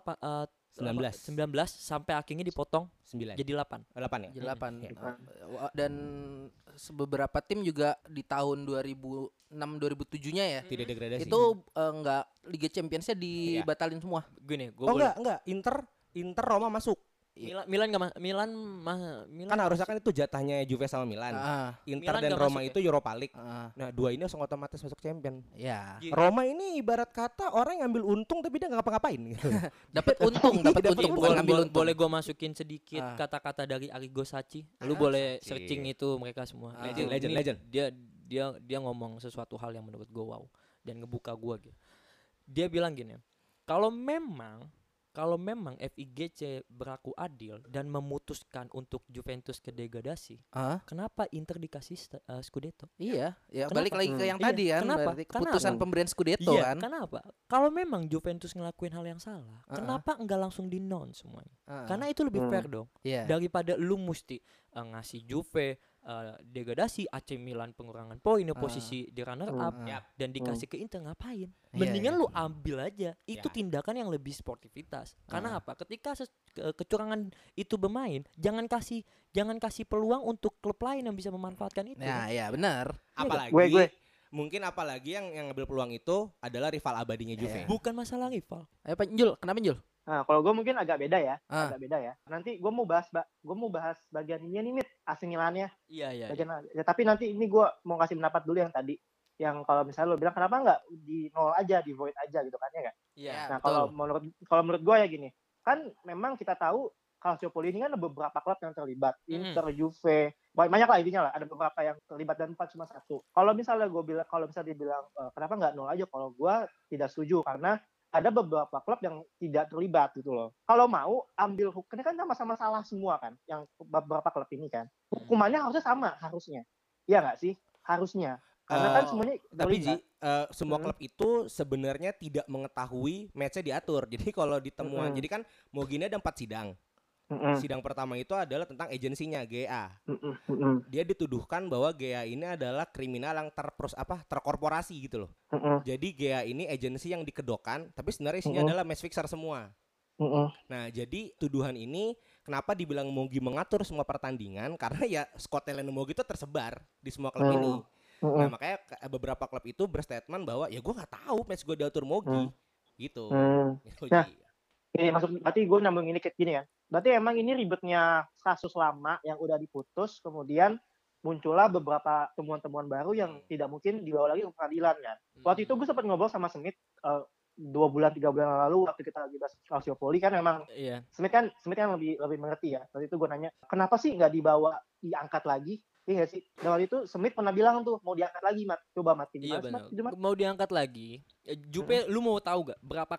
19. 19 sampai akhirnya dipotong 9. jadi 8. 8 ya? Jadi 8. Iya. Dan beberapa tim juga di tahun 2006-2007-nya ya. Tidak degradasi. Itu enggak Liga Champions-nya dibatalin semua. Gini, gue Oh enggak. Inter Roma masuk. Milan nggak Milan Kan harusnya kan itu jatahnya Juve sama Milan. Inter Milan dan nggak Roma masuk itu Europa League. Ah, Nah, dua ini langsung otomatis masuk champion. ya. Iya. Roma ini ibarat kata orang yang ngambil untung tapi dia nggak ngapa-ngapain gitu. Dapat untung, dapat Dapat untung untung. bukan ngambil untung. boleh gue masukin sedikit Ah. kata-kata dari Arrigo Sacchi. Lu boleh Sacchi. searching itu mereka semua. Ah. Itu- Legend, ini legend. Dia ngomong sesuatu hal yang menurut gue wow dan ngebuka gue gitu. Dia bilang gini, kalau memang FIGC berlaku adil dan memutuskan untuk Juventus ke degradasi, Ah, kenapa Inter dikasih Scudetto? iya, ya Kenapa? balik lagi ke yang Iya, tadi kan. kenapa? Berarti Kenapa? keputusan pemberian Scudetto Iya, kan. kenapa? Kalau memang Juventus ngelakuin hal yang salah, kenapa enggak langsung di non semuanya? Karena itu lebih fair dong. Iya. Daripada lu mesti ngasih Juve degradasi, AC Milan pengurangan poin posisi di runner up dan dikasih ke Inter ngapain? Mendingan lu ambil aja. Itu tindakan yang lebih sportivitas. Karena apa? Ketika kecurangan itu bermain, jangan kasih peluang untuk klub lain yang bisa memanfaatkan itu. Nah, ya benar. Apalagi Gue. mungkin apalagi yang ngambil peluang itu adalah rival abadinya Juve. Bukan masalah rival. Ayo Pak Jul, kenapa Jul? Nah, kalau gue mungkin agak beda ya. Ah. Agak beda ya. Nanti gue mau bahas bagian ini nih, Mit, AC Milannya. Iya. Bagian, ya, tapi nanti ini gue mau kasih pendapat dulu yang tadi. Yang kalau misalnya lo bilang kenapa nggak di nol aja, di void aja gitu kan ya nggak? Iya. Nah, betul. kalau menurut gue ya gini, kan memang kita tahu Calciopoli ini kan ada beberapa klub yang terlibat, Inter, Juve, banyak lah intinya lah, ada beberapa yang terlibat dan 4 cuma 1. Kalau misalnya dibilang kenapa nggak nol aja, kalau gue tidak setuju karena ada beberapa klub yang tidak terlibat gitu loh. Kalau mau ambil hukumnya kan sama-sama salah semua kan, yang beberapa klub ini kan, hukumannya harusnya, iya nggak sih? Harusnya. Karena kan semuanya Tapi Ji, terlibat. semua klub itu sebenarnya tidak mengetahui matchnya diatur. Jadi kalau ditemuan, jadi kan Mogini ada 4 sidang. Sidang pertama itu adalah tentang agensinya GA. Mm-mm. Mm-mm. Dia dituduhkan bahwa GA ini adalah kriminal yang terkorporasi gitu loh. Mm-mm. Jadi GA ini agensi yang dikedokan, tapi sebenarnya isinya adalah match fixer semua. Mm-mm. Nah, jadi tuduhan ini kenapa dibilang Mogi mengatur semua pertandingan? Karena ya squad talent Mogi itu tersebar di semua klub ini. Nah, makanya beberapa klub itu berstatement bahwa ya gue nggak tahu match gue diatur Mogi, gitu. Gitu, Nah, Ji. ini masuk, berarti gue nyambung ini kayak gini ya. Berarti emang ini ribetnya kasus lama yang udah diputus, kemudian muncullah beberapa temuan-temuan baru yang tidak mungkin dibawa lagi ke pengadilan kan. Waktu itu gue sempat ngobrol sama Smith 2 bulan 3 bulan lalu waktu kita lagi bahas Calciopoli kan memang Iya. Smith kan lebih mengerti ya. Waktu itu gue nanya, kenapa sih nggak diangkat lagi? Iya nggak sih? Dan waktu itu Smith pernah bilang tuh mau diangkat lagi, Mat. Coba Mat, Iya gimana sih, benar. Mat? Itu, Mat? Mau diangkat lagi. Jupe, lu mau tahu gak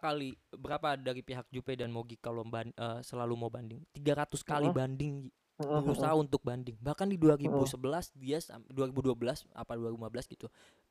berapa dari pihak Jupe dan Mogi kalau selalu mau banding? 300 kali banding. Berusaha untuk banding. Bahkan di 2011 dia 2012 apa 2015 gitu.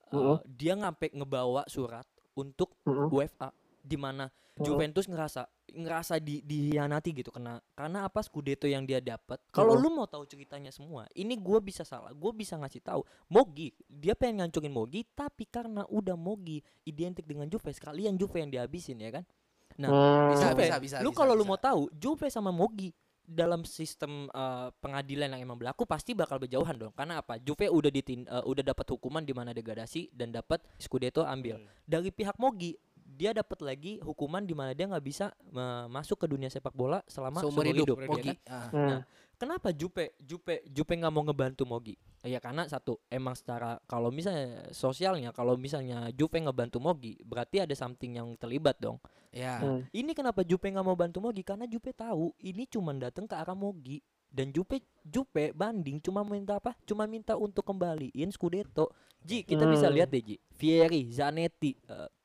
Dia ngampe ngebawa surat untuk UEFA di mana Juventus ngerasa dihianati gitu karena apa Scudetto yang dia dapat. Kalau lu mau tahu ceritanya semua, ini gue bisa salah, gue bisa ngasih tahu. Mogi dia pengen ngancurin Mogi, tapi karena udah Mogi identik dengan Juve, sekalian Juve yang dihabisin ya kan. Nah, Bisa, lu kalau lu mau tahu Juve sama Mogi dalam sistem pengadilan yang emang berlaku pasti bakal berjauhan dong. Karena apa? Juve udah dapat hukuman di mana degradasi dan dapat Scudetto ambil. Dari pihak Mogi dia dapat lagi hukuman di mana dia nggak bisa masuk ke dunia sepak bola selama seumur hidup. Mogi. Ya kan? Nah, kenapa Jupe nggak mau ngebantu Mogi? Ya karena satu, emang secara kalau misalnya sosialnya, kalau misalnya Jupe ngebantu Mogi, berarti ada something yang terlibat dong. Ya. Ini kenapa Jupe nggak mau bantu Mogi? Karena Jupe tahu ini cuma datang ke arah Mogi. Dan Jupe banding cuma minta apa? Cuma minta untuk kembaliin Scudetto. Ji, kita bisa lihat deh Ji. Vieri, Zanetti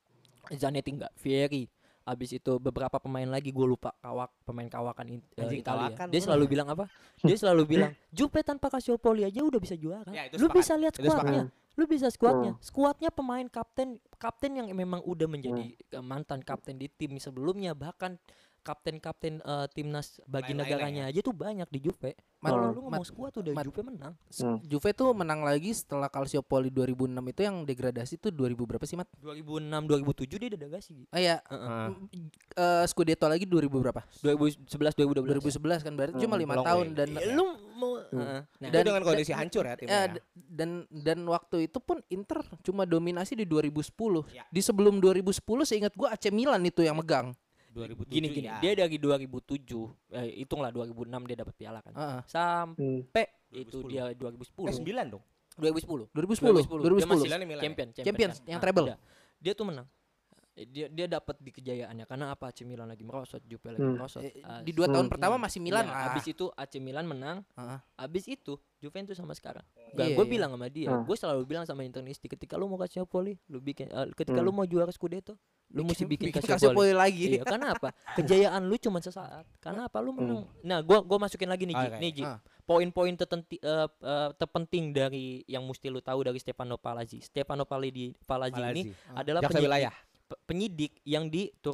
enggak, Vieri. Abis itu beberapa pemain lagi gue lupa pemain kawakan Anjing, Italia. kawakan Dia selalu bilang apa? Dia selalu bilang Jupe tanpa Calciopoli aja udah bisa juara. Ya, itu Lu sepakat. bisa lihat Itu sepakat. skuadnya. Lu bisa skuadnya pemain kapten yang memang udah menjadi mantan kapten di tim sebelumnya, bahkan kapten timnas bagi Lain-lainnya negaranya aja tuh banyak di Juve. Mat, Kalau lu ngomong Mat, skuad udah Mat. Juve menang. Juve tuh menang lagi setelah Calciopoli 2006 itu yang degradasi tuh 2000 berapa sih, Mat? 2006 2007 dia udah degradasi. Ah ya. Scudetto lagi 2000 berapa? 2011 2012. 2011 kan berarti cuma 5 long tahun way. dan Lu mau Nah, itu dengan kondisi hancur ya timnya. Ya. dan waktu itu pun Inter cuma dominasi di 2010. Ya. Di sebelum 2010 seingat gua AC Milan itu yang megang. 2007 Gini ya. dia dari 2007 hitunglah 2006 dia dapat piala kan. Sampai itu 2010. dia 2010. 9 dong. 2010. 2010. Dia masih Milan ya, Milan ya? Champions yang treble. udah. Dia tuh menang. Dia dapat di kejayaannya karena apa? AC Milan lagi merosot, Juve lagi merosot. Di 2 tahun pertama masih Milan Ya, lah. abis itu AC Milan menang. Abis itu Juventus sama sekarang. Iya, Gue iya. bilang sama dia, gue selalu bilang sama internisti, ketika lu mau Calciopoli, lu bikin ketika lu mau juara Scudetto, lu mesti bikin Calciopoli lagi. Iya, karena apa? Kejayaan lu cuma sesaat. Karena apa? Lu menang. Nah, gua masukin lagi nih, Ji. Oke. Nih, Ji. Poin-poin terpenting dari yang mesti lu tahu dari Stefano Palazzi. Stefano Palazzi ini adalah Jaksa wilayah. penyidik yang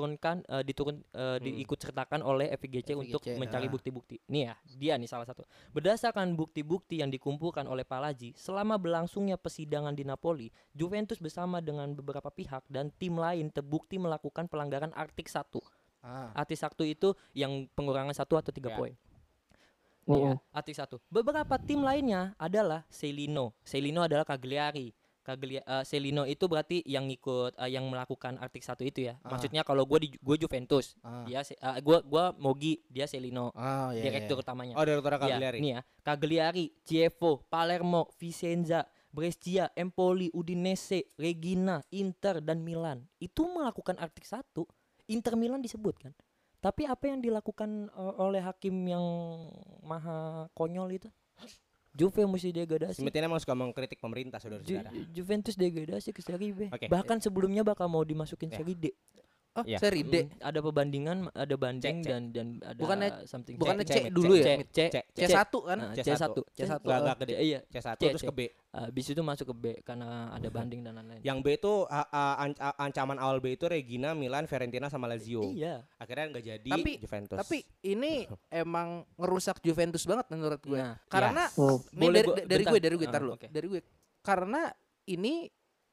diikut sertakan oleh FIGC untuk mencari bukti-bukti. Nih ya, dia nih salah satu. Berdasarkan bukti-bukti yang dikumpulkan oleh Palazzi selama berlangsungnya persidangan di Napoli, Juventus bersama dengan beberapa pihak dan tim lain terbukti melakukan pelanggaran Artik 1. Artik 1 itu yang pengurangan 1 atau 3 poin. Iya, Artik 1. Beberapa tim lainnya adalah Celino. Celino adalah Cagliari. Celino itu berarti yang ikut yang melakukan Artik 1 itu ya. Maksudnya kalau gue Juventus, dia gua Mogi, dia Celino. Direktur utamanya. Oh, direktur Iya, Cagliari. nih ya. Cagliari, Chievo, Palermo, Vicenza, Brescia, Empoli, Udinese, Regina, Inter dan Milan. Itu melakukan Artik 1. Inter Milan disebut kan. Tapi apa yang dilakukan oleh hakim yang maha konyol itu? Juve mesti degradasi. Smith ini emang suka mengkritik pemerintah, saudara-saudara. Juventus degradasi ke Serie B. Oke. Bahkan sebelumnya bakal mau dimasukin Ya. Serie D. Oh, Iya. seri D. Ada perbandingan, ada banding C. dan ada Bukannya- something. bukannya C, C dulu ya? C1 kan? C1. C1 C1. agak gede. Iya. C1 C, terus C. ke B. Habis itu masuk ke B karena ada banding dan lain-lain. Yang B itu ancaman awal B itu Regina, Milan, Fiorentina sama Lazio. Iya. Akhirnya nggak jadi Juventus. Tapi ini emang ngerusak Juventus banget menurut gue. Nah, Karena nih Boleh dari bentar. gue ntar lu. Oke. Dari gue. Karena ini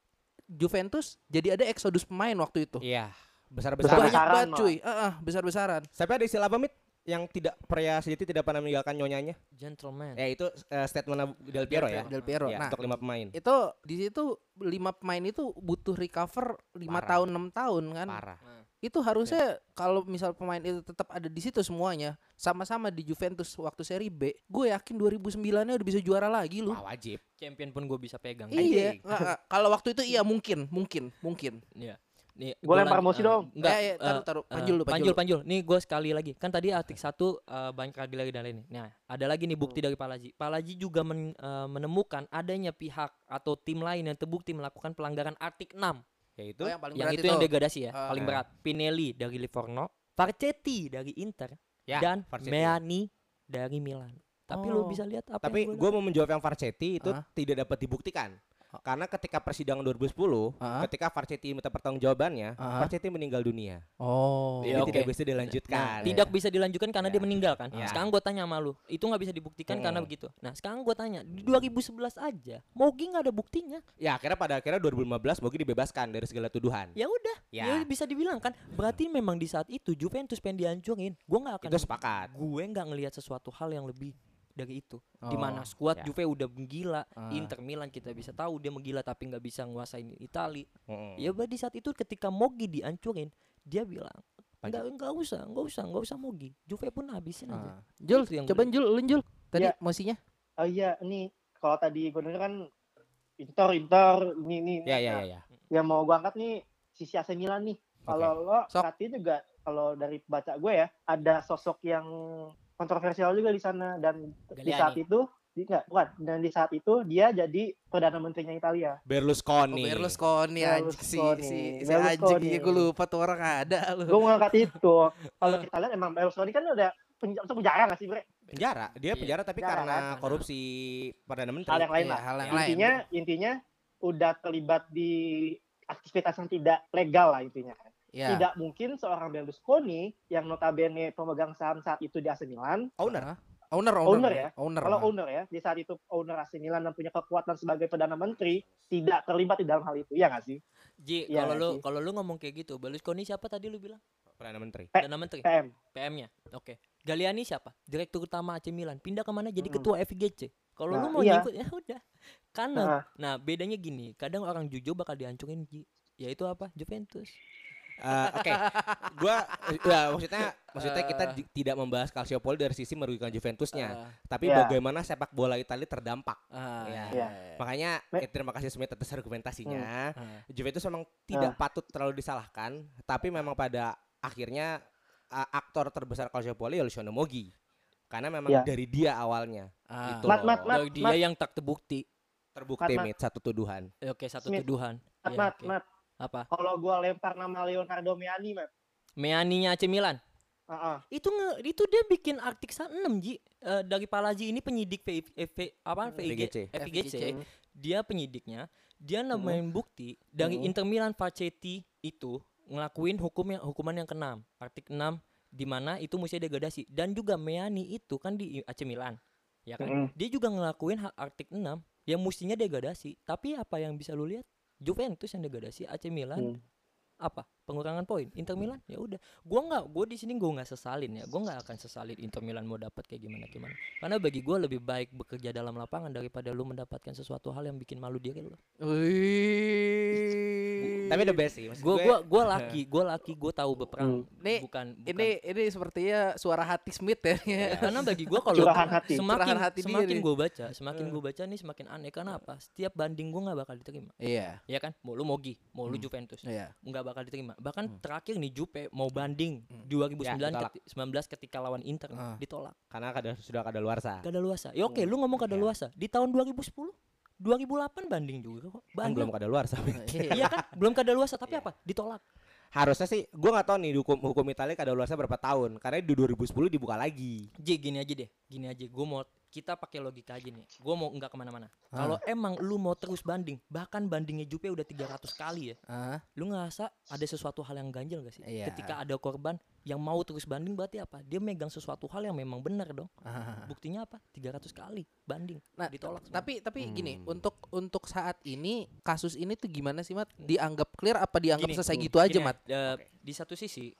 Juventus jadi ada eksodus pemain waktu itu. iya, Banyak besar-besaran. Besar-besaran banget malah. cuy. Besar-besaran. Sampai ada istilah apa, Mit? Yang tidak pria sejati tidak pernah meninggalkan nyonyanya. Gentleman. Ya itu statement Del Piero ya. Del Piero. Ya, Nah, untuk 5 pemain. itu di situ 5 pemain itu butuh recover 5 Parah. tahun 6 tahun kan. Parah. Itu harusnya kalau misal pemain itu tetap ada di situ semuanya sama-sama di Juventus waktu seri B, gue yakin 2009-nya udah bisa juara lagi lu. Wah, wajib. Champion pun gue bisa pegang. Iya. Kalau waktu itu iya mungkin. Iya. Nih, Gue gua lempar lang- mosi dong. Enggak, taruh. Panjul. Panjul. Nih gue sekali lagi. Kan tadi artik 1 banyak lagi dan lain. Nah, ada lagi nih bukti dari Palaji. Palaji juga menemukan adanya pihak atau tim lain yang terbukti melakukan pelanggaran artik 6. Yaitu yang paling Yang berat itu yang degradasi ya, Ah. paling berat. Pinelli dari Livorno, Farchetti dari Inter, Ya, dan Farchetti. Meani dari Milan. Tapi lu Oh. bisa lihat apa tapi yang gue mau menjawab yang Farchetti itu Hah? tidak dapat dibuktikan. Karena ketika persidangan 2010, Hah? ketika Farchetti minta pertanggungjawabannya, Hah? Farchetti meninggal dunia. Oh. Iya, Jadi oke. tidak bisa dilanjutkan. tidak bisa dilanjutkan karena Ya. dia meninggal kan. Ya. Sekarang gue tanya sama lu, itu nggak bisa dibuktikan karena Hmm. begitu. Nah sekarang gue tanya, di 2011 aja, Mogi nggak ada buktinya. Ya pada akhirnya 2015 Mogi dibebaskan dari segala tuduhan. Ya udah, Ya. ya bisa dibilang kan. Berarti memang di saat itu Juventus pengen dihancurin. Gue nggak akan. Itu sepakat. Gue nggak ngelihat sesuatu hal yang lebih dari itu. Oh, Dimana skuad ya. Juve udah menggila, Ah. Inter Milan kita bisa tahu dia menggila tapi nggak bisa nguasain Itali. Mm-mm. Ya berarti saat itu ketika Mogi dihancurin, dia bilang nggak usah Mogi. Juve pun habisin aja. Jul, Itu yang coba gue- Jul, lu Jul. Tadi Ya. mosinya. Oh iya, ini kalau tadi gue denger kan Inter ini. Ya. Yang mau gue angkat nih sisi AC Milan nih. Kalau lo Sok. perhatiin juga kalau dari baca gue ya, ada sosok yang kontroversial juga di sana dan di saat itu dan di saat itu dia jadi perdana menterinya Italia. Berlusconi. Berlusconi anjing Berlusconi. si Berlusconi. anjing gue lupa tuh orang ada lu. Gue mau ngangkat itu. Kalau kita lihat emang Berlusconi kan udah penjara nggak sih, Bre? Penjara. Dia penjara tapi Penjara, karena kan? korupsi perdana menteri. Hal yang lain Iya, lah. hal yang lain. Intinya udah terlibat di aktivitas yang tidak legal lah intinya. Ya. Tidak mungkin seorang Berlusconi yang notabene pemegang saham saat itu di AC Milan, Owner. Owner ya. Owner. kalau owner ya, di saat itu owner AC Milan dan punya kekuatan sebagai perdana menteri, tidak terlibat di dalam hal itu, ya nggak sih? Ji, Iya kalau nggak lu sih? kalau lu ngomong kayak gitu, Berlusconi siapa tadi lu bilang? Perdana menteri. Perdana Menteri, PM. PM-nya. Oke. Galliani siapa? Direktur utama AC Milan. Pindah kemana jadi Mm-mm. ketua FIGC. Kalau lu Nah, mau iya. ngikut ya udah. Karena nah bedanya gini, kadang orang jujur bakal dihancurin Ji. Yaitu apa? Juventus. Oke, gua ya, maksudnya kita tidak membahas Calciopoli dari sisi merugikan Juventusnya, tapi Ya. bagaimana sepak bola Italia terdampak. Iya. Iya. Makanya terima kasih Smith atas argumentasinya. Juventus memang tidak patut terlalu disalahkan, tapi memang pada akhirnya aktor terbesar Calciopoli ya Luciano Moggi, karena memang Ya. dari dia awalnya. Gitu Mat, loh. Dari dia yang tak terbukti. Terbukti Mat. Mit, satu tuduhan. Oke, satu Smith. tuduhan. Iya, Mat, oke. Mat. Apa? Kalau gua lempar nama Leonardo Meani, Mat. Meaninya AC Milan. Heeh. Itu dia bikin artik 6 Ji. Dari Palaji ini penyidik VGC. FIGC. Dia penyidiknya, dia nemuin bukti dari Inter Milan Farchetti itu ngelakuin hukuman yang ke-6, artik 6 di mana itu mesti degradasi, dan juga Meani itu kan di AC Milan. Ya kan? Dia juga ngelakuin artik 6 yang mestinya degradasi, tapi apa yang bisa lu lihat? Juventus yang degradasi, AC Milan apa pengurangan poin. Inter Milan ya udah, gue di sini gue nggak sesalin ya, gue nggak akan sesalin Inter Milan mau dapat kayak gimana karena bagi gue lebih baik bekerja dalam lapangan daripada lu mendapatkan sesuatu hal yang bikin malu diri lu. Tapi the best sih. maksud Gue laki gue tahu berperang. Nih, bukan ini sepertinya suara hati Smith ya. karena bagi gue kalau Curahan hati. Curahan hati dia semakin nih. gue baca nih semakin aneh. Karena apa? Setiap banding gue nggak bakal diterima. Iya. Ya kan, mau lu Mogi, mau lu Juventus, Iya. nggak bakal diterima. Bahkan terakhir nih Juve mau banding 2019 ditolak. 19 ketika lawan Inter ditolak. karena sudah kadaluarsa. Kadaluarsa. Ya oke, lu ngomong kadaluarsa. Di tahun 2010, 2008 banding juga kok. Kan Banding. belum kadaluarsa. Iya kan? Belum kadaluarsa tapi apa? Ditolak. harusnya sih gue nggak tahu nih hukum Italia kadaluarsanya berapa tahun karena di 2010 dibuka lagi. Gini aja deh, gue mau kita pakai logika aja nih. Gue mau nggak kemana-mana. Kalau emang lu mau terus banding, bahkan bandingnya Jupe udah 300 kali ya. Lu ngerasa ada sesuatu hal yang ganjil gak sih? Iya. Ketika ada korban yang mau terus banding berarti apa? Dia megang sesuatu hal yang memang benar dong. Buktinya apa? 300 kali banding. Nah, ditolak. Tapi gini, untuk saat ini kasus ini tuh gimana sih, Mat? Dianggap clear apa dianggap selesai gitu aja, Mat? Di satu sisi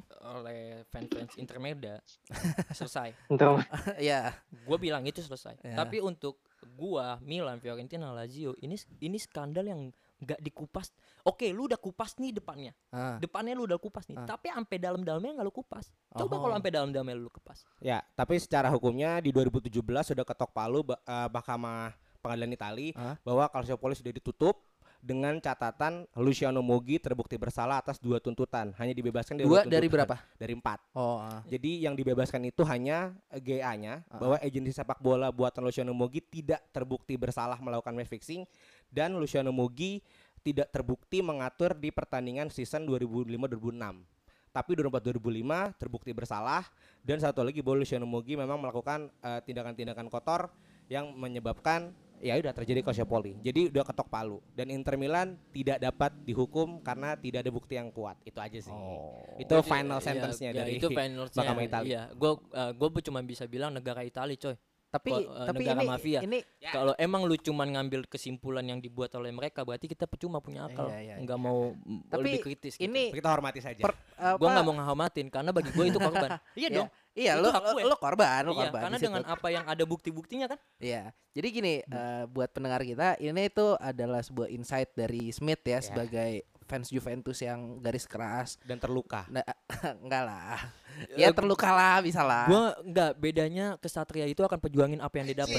oleh fans Inter Meda selesai. Untuk Ya. Gue bilang itu selesai. Ya. Tapi untuk gua, Milan, Fiorentina, Lazio, ini skandal yang nggak dikupas. Oke, lu udah kupas nih depannya. Depannya lu udah kupas nih. Tapi sampai dalam-dalamnya nggak lu kupas. Coba kalau sampai dalam-dalamnya lu kupas. Ya, tapi secara hukumnya di 2017 sudah ketok palu Mahkamah Pengadilan Itali bahwa Calciopoli sudah ditutup dengan catatan Luciano Moggi terbukti bersalah atas 2 tuntutan. Hanya dibebaskan dari 2 dari berapa? Dari 4. Jadi Jadi yang dibebaskan itu hanya GA-nya bahwa agensi sepak bola buatan Luciano Moggi tidak terbukti bersalah melakukan match fixing dan Luciano Moggi tidak terbukti mengatur di pertandingan season 2005-2006. Tapi 2004-2005 terbukti bersalah dan satu lagi bahwa Luciano Moggi memang melakukan tindakan-tindakan kotor yang menyebabkan ya udah terjadi Calciopoli. Jadi udah ketok palu dan Inter Milan tidak dapat dihukum karena tidak ada bukti yang kuat. Itu aja sih. Itu final sentence-nya dari itu final Mahkamah Italia. Iya, gue cuma bisa bilang negara Italia, coy. tapi negara ini mafia. ini Kalau emang lu cuman ngambil kesimpulan yang dibuat oleh mereka, berarti kita percuma punya akal. Nggak mau Tapi lebih kritis. Gitu. ini Kita hormati saja. Gue nggak mau ngehormatin karena bagi gue itu korban. Iya dong. Iya, Itu hak gue. lo korban, Iya, korban karena di situ. dengan apa yang ada bukti-buktinya kan. Iya. Jadi gini, buat pendengar kita, ini itu adalah sebuah insight dari Smith ya sebagai fans Juventus yang garis keras Dan terluka. Nah, enggak lah. Ya terluka lah, bisa lah. Gue nggak, bedanya kesatria itu akan perjuangin apa yang didapat.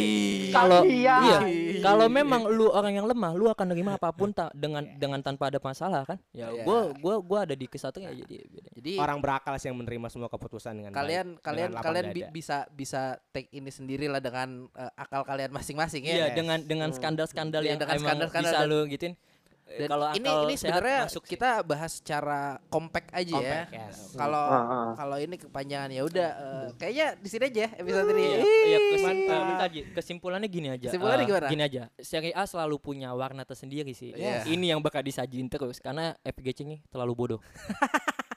Kalau Kalau memang lu orang yang lemah, lu akan nerima apapun dengan tanpa ada masalah kan? Ya, Iya. gue ada di kesatria jadi beda. Jadi Orang berakal sih yang menerima semua keputusan dengan kalian baik, dengan lapang dada. bisa take ini sendiri lah dengan akal kalian masing-masing ya. Iya, dengan skandal-skandal Iya, yang dengan emang skandal-skandal bisa dan- lu gituin. Dan Kalau ini akal sehat sebenarnya masuk sih. kita bahas secara compact aja Compact, ya. yes. Kalau ini kepanjangan ya udah kayaknya di sini aja episode ini. Bentar, Ji. Kesimpulannya gini aja. Kesimpulannya gimana? Gini aja. Serie A selalu punya warna tersendiri sih. Yes. Ini yang bakal disajiin terus karena FGC ini terlalu bodoh.